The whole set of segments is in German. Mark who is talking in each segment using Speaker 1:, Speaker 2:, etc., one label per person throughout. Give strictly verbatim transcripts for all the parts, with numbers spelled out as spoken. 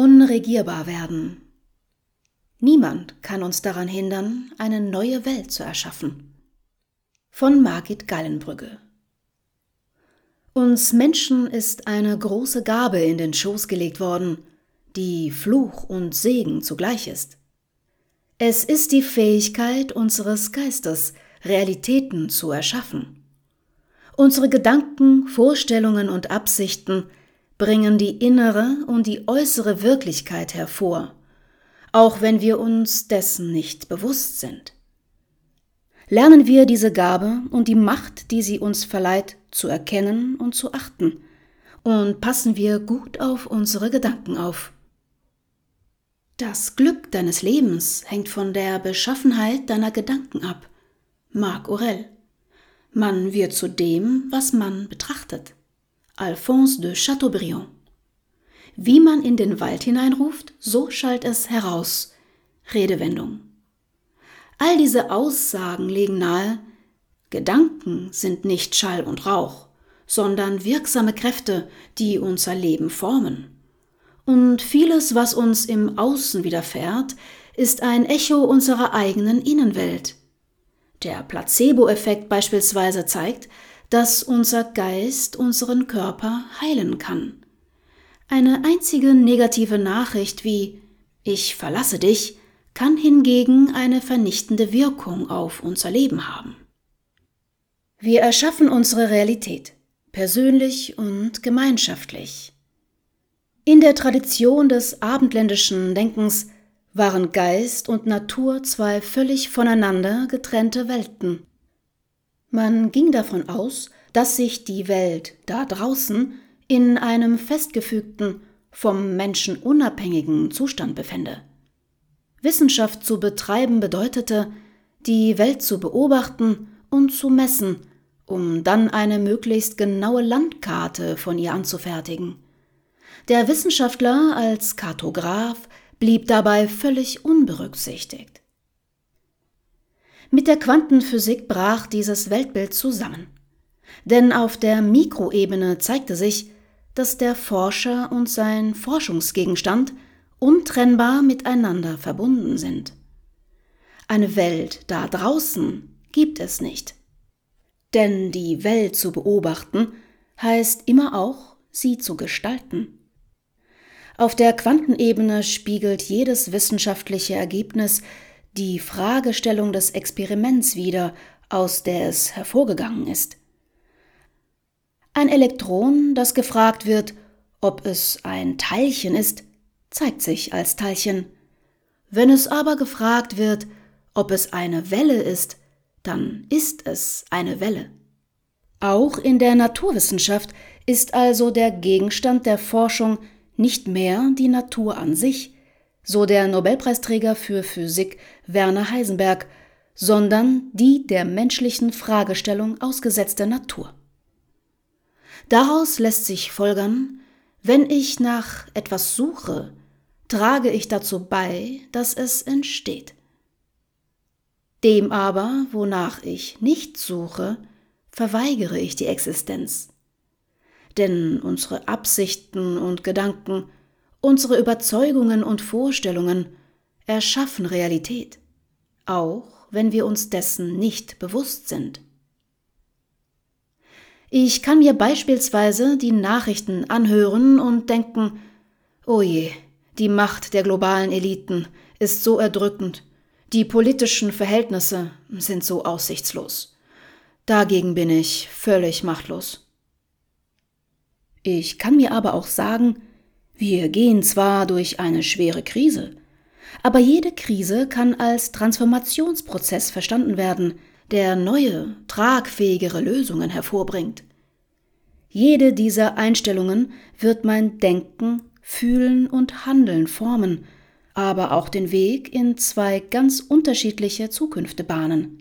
Speaker 1: unregierbar werden. Niemand kann uns daran hindern, eine neue Welt zu erschaffen. Von Margit Gallenbrügge. Uns Menschen ist eine große Gabe in den Schoß gelegt worden, die Fluch und Segen zugleich ist. Es ist die Fähigkeit unseres Geistes, Realitäten zu erschaffen. Unsere Gedanken, Vorstellungen und Absichten bringen die innere und die äußere Wirklichkeit hervor, auch wenn wir uns dessen nicht bewusst sind. Lernen wir diese Gabe und die Macht, die sie uns verleiht, zu erkennen und zu achten, und passen wir gut auf unsere Gedanken auf. Das Glück deines Lebens hängt von der Beschaffenheit deiner Gedanken ab. Marc Aurèle. Man wird zu dem, was man betrachtet. Alphonse de Chateaubriand. Wie man in den Wald hineinruft, so schallt es heraus. Redewendung. All diese Aussagen legen nahe, Gedanken sind nicht Schall und Rauch, sondern wirksame Kräfte, die unser Leben formen. Und vieles, was uns im Außen widerfährt, ist ein Echo unserer eigenen Innenwelt. Der Placebo-Effekt beispielsweise zeigt, dass unser Geist unseren Körper heilen kann. Eine einzige negative Nachricht wie »Ich verlasse dich« kann hingegen eine vernichtende Wirkung auf unser Leben haben. Wir erschaffen unsere Realität, persönlich und gemeinschaftlich. In der Tradition des abendländischen Denkens waren Geist und Natur zwei völlig voneinander getrennte Welten. Man ging davon aus, dass sich die Welt da draußen in einem festgefügten, vom Menschen unabhängigen Zustand befände. Wissenschaft zu betreiben bedeutete, die Welt zu beobachten und zu messen, um dann eine möglichst genaue Landkarte von ihr anzufertigen. Der Wissenschaftler als Kartograf blieb dabei völlig unberücksichtigt. Mit der Quantenphysik brach dieses Weltbild zusammen. Denn auf der Mikroebene zeigte sich, dass der Forscher und sein Forschungsgegenstand untrennbar miteinander verbunden sind. Eine Welt da draußen gibt es nicht. Denn die Welt zu beobachten heißt immer auch, sie zu gestalten. Auf der Quantenebene spiegelt jedes wissenschaftliche Ergebnis die Fragestellung des Experiments wider, aus der es hervorgegangen ist. Ein Elektron, das gefragt wird, ob es ein Teilchen ist, zeigt sich als Teilchen. Wenn es aber gefragt wird, ob es eine Welle ist, dann ist es eine Welle. Auch in der Naturwissenschaft ist also der Gegenstand der Forschung nicht mehr die Natur an sich, so der Nobelpreisträger für Physik Werner Heisenberg, sondern die der menschlichen Fragestellung ausgesetzte Natur. Daraus lässt sich folgern, wenn ich nach etwas suche, trage ich dazu bei, dass es entsteht. Dem aber, wonach ich nicht suche, verweigere ich die Existenz. Denn unsere Absichten und Gedanken, unsere Überzeugungen und Vorstellungen erschaffen Realität, auch wenn wir uns dessen nicht bewusst sind. Ich kann mir beispielsweise die Nachrichten anhören und denken, oh je, die Macht der globalen Eliten ist so erdrückend, die politischen Verhältnisse sind so aussichtslos. Dagegen bin ich völlig machtlos. Ich kann mir aber auch sagen, wir gehen zwar durch eine schwere Krise, aber jede Krise kann als Transformationsprozess verstanden werden, der neue, tragfähigere Lösungen hervorbringt. Jede dieser Einstellungen wird mein Denken, Fühlen und Handeln formen, aber auch den Weg in zwei ganz unterschiedliche Zukünfte bahnen.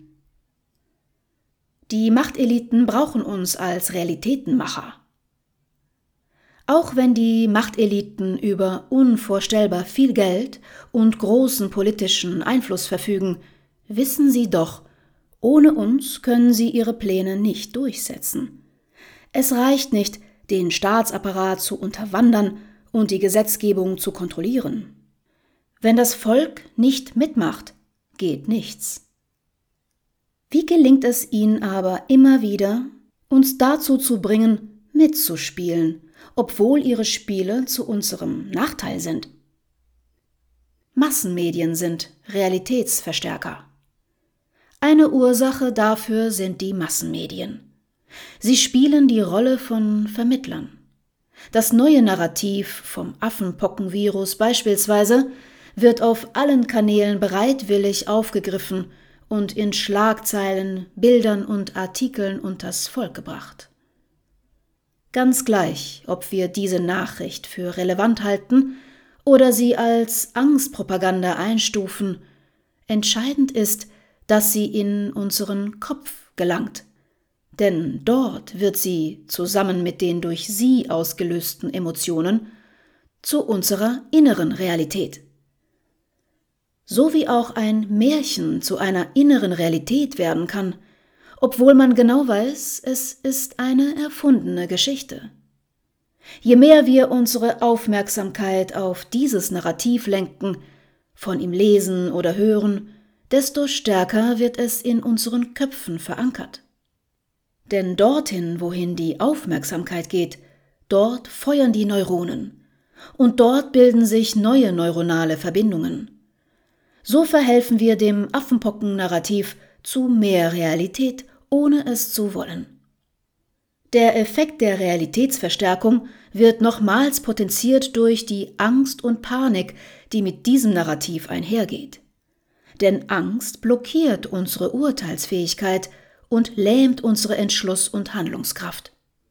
Speaker 1: Die Machteliten brauchen uns als Realitätenmacher. Auch wenn die Machteliten über unvorstellbar viel Geld und großen politischen Einfluss verfügen, wissen sie doch, ohne uns können sie ihre Pläne nicht durchsetzen. Es reicht nicht, den Staatsapparat zu unterwandern und die Gesetzgebung zu kontrollieren. Wenn das Volk nicht mitmacht, geht nichts. Wie gelingt es ihnen aber immer wieder, uns dazu zu bringen, mitzuspielen, obwohl ihre Spiele zu unserem Nachteil sind? Massenmedien sind Realitätsverstärker. Eine Ursache dafür sind die Massenmedien. Sie spielen die Rolle von Vermittlern. Das neue Narrativ vom Affenpockenvirus beispielsweise wird auf allen Kanälen bereitwillig aufgegriffen und in Schlagzeilen, Bildern und Artikeln unters Volk gebracht. Ganz gleich, ob wir diese Nachricht für relevant halten oder sie als Angstpropaganda einstufen, entscheidend ist, dass sie in unseren Kopf gelangt. Denn dort wird sie, zusammen mit den durch sie ausgelösten Emotionen, zu unserer inneren Realität. So wie auch ein Märchen zu einer inneren Realität werden kann, obwohl man genau weiß, es ist eine erfundene Geschichte. Je mehr wir unsere Aufmerksamkeit auf dieses Narrativ lenken, von ihm lesen oder hören, desto stärker wird es in unseren Köpfen verankert. Denn dorthin, wohin die Aufmerksamkeit geht, dort feuern die Neuronen und dort bilden sich neue neuronale Verbindungen. So verhelfen wir dem Affenpocken-Narrativ zu mehr Realität, ohne es zu wollen. Der Effekt der Realitätsverstärkung wird nochmals potenziert durch die Angst und Panik, die mit diesem Narrativ einhergeht. Denn Angst blockiert unsere Urteilsfähigkeit und lähmt unsere Entschluss- und Handlungskraft.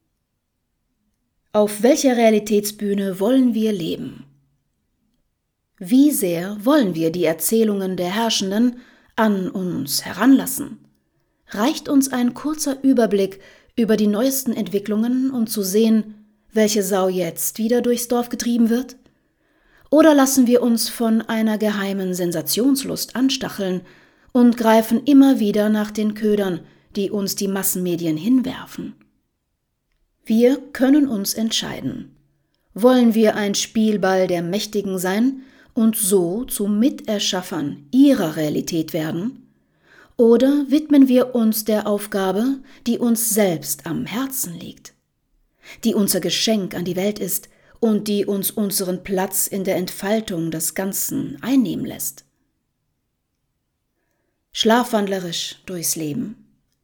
Speaker 1: Auf welcher Realitätsbühne wollen wir leben? Wie sehr wollen wir die Erzählungen der Herrschenden an uns heranlassen? Reicht uns ein kurzer Überblick über die neuesten Entwicklungen, um zu sehen, welche Sau jetzt wieder durchs Dorf getrieben wird? Oder lassen wir uns von einer geheimen Sensationslust anstacheln und greifen immer wieder nach den Ködern, die uns die Massenmedien hinwerfen? Wir können uns entscheiden. Wollen wir ein Spielball der Mächtigen sein und so zu Miterschaffern ihrer Realität werden? Oder widmen wir uns der Aufgabe, die uns selbst am Herzen liegt, die unser Geschenk an die Welt ist und die uns unseren Platz in der Entfaltung des Ganzen einnehmen lässt? Schlafwandlerisch durchs Leben.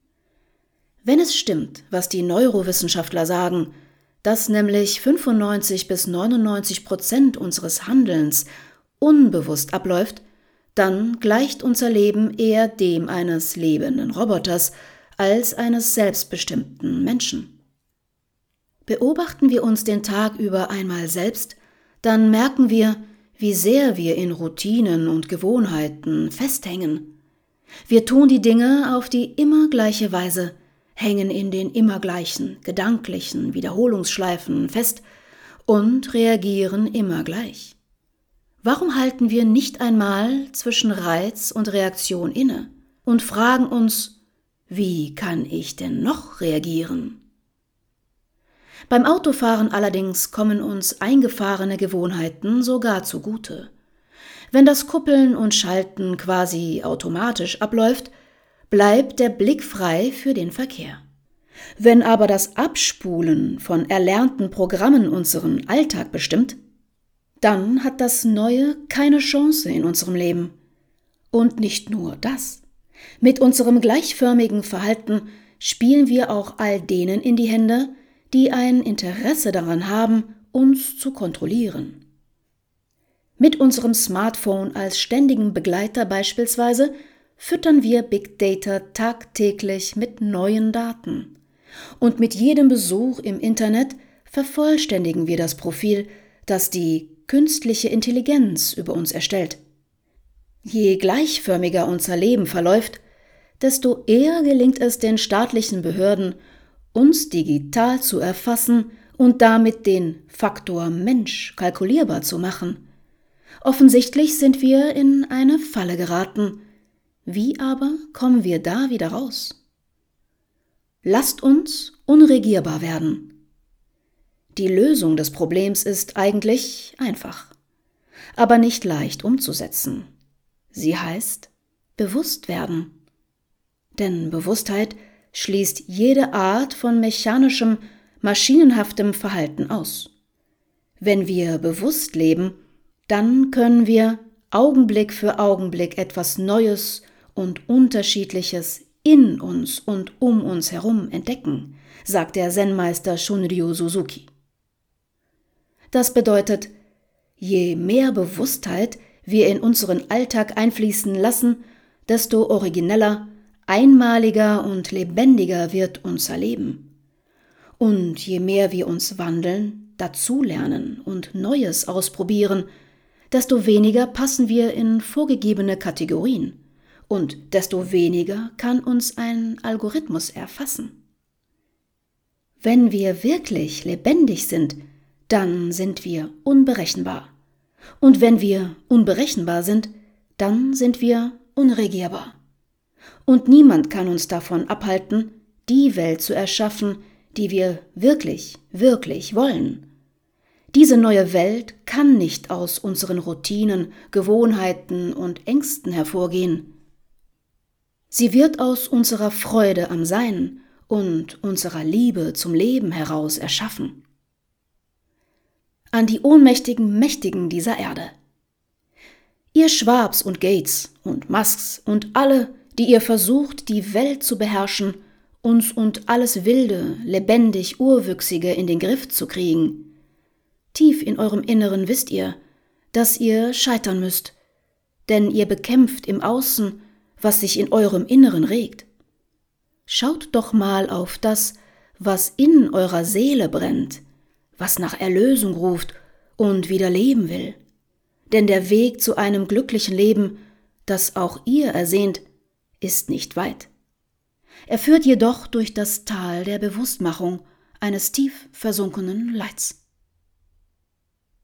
Speaker 1: Wenn es stimmt, was die Neurowissenschaftler sagen, dass nämlich fünfundneunzig bis neunundneunzig Prozent unseres Handelns unbewusst abläuft, dann gleicht unser Leben eher dem eines lebenden Roboters als eines selbstbestimmten Menschen. Beobachten wir uns den Tag über einmal selbst, dann merken wir, wie sehr wir in Routinen und Gewohnheiten festhängen. Wir tun die Dinge auf die immer gleiche Weise, hängen in den immer gleichen gedanklichen Wiederholungsschleifen fest und reagieren immer gleich. Warum halten wir nicht einmal zwischen Reiz und Reaktion inne und fragen uns, wie kann ich denn noch reagieren? Beim Autofahren allerdings kommen uns eingefahrene Gewohnheiten sogar zugute. Wenn das Kuppeln und Schalten quasi automatisch abläuft, bleibt der Blick frei für den Verkehr. Wenn aber das Abspulen von erlernten Programmen unseren Alltag bestimmt, dann hat das Neue keine Chance in unserem Leben. Und nicht nur das. Mit unserem gleichförmigen Verhalten spielen wir auch all denen in die Hände, die ein Interesse daran haben, uns zu kontrollieren. Mit unserem Smartphone als ständigem Begleiter beispielsweise füttern wir Big Data tagtäglich mit neuen Daten. Und mit jedem Besuch im Internet vervollständigen wir das Profil, das die künstliche Intelligenz über uns erstellt. Je gleichförmiger unser Leben verläuft, desto eher gelingt es den staatlichen Behörden, uns digital zu erfassen und damit den Faktor Mensch kalkulierbar zu machen. Offensichtlich sind wir in eine Falle geraten. Wie aber kommen wir da wieder raus? Lasst uns unregierbar werden. Die Lösung des Problems ist eigentlich einfach, aber nicht leicht umzusetzen. Sie heißt bewusst werden. Denn Bewusstheit schließt jede Art von mechanischem, maschinenhaftem Verhalten aus. Wenn wir bewusst leben, dann können wir Augenblick für Augenblick etwas Neues und Unterschiedliches in uns und um uns herum entdecken, sagt der Zen-Meister Shunryu Suzuki. Das bedeutet, je mehr Bewusstheit wir in unseren Alltag einfließen lassen, desto origineller, einmaliger und lebendiger wird unser Leben. Und je mehr wir uns wandeln, dazulernen und Neues ausprobieren, desto weniger passen wir in vorgegebene Kategorien und desto weniger kann uns ein Algorithmus erfassen. Wenn wir wirklich lebendig sind, dann sind wir unberechenbar. Und wenn wir unberechenbar sind, dann sind wir unregierbar. Und niemand kann uns davon abhalten, die Welt zu erschaffen, die wir wirklich, wirklich wollen. Diese neue Welt kann nicht aus unseren Routinen, Gewohnheiten und Ängsten hervorgehen. Sie wird aus unserer Freude am Sein und unserer Liebe zum Leben heraus erschaffen. An die ohnmächtigen Mächtigen dieser Erde. Ihr Schwabs und Gates und Musks und alle, die ihr versucht, die Welt zu beherrschen, uns und alles Wilde, lebendig Urwüchsige in den Griff zu kriegen. Tief in eurem Inneren wisst ihr, dass ihr scheitern müsst, denn ihr bekämpft im Außen, was sich in eurem Inneren regt. Schaut doch mal auf das, was in eurer Seele brennt, was nach Erlösung ruft und wieder leben will. Denn der Weg zu einem glücklichen Leben, das auch ihr ersehnt, ist nicht weit. Er führt jedoch durch das Tal der Bewusstmachung eines tief versunkenen Leids.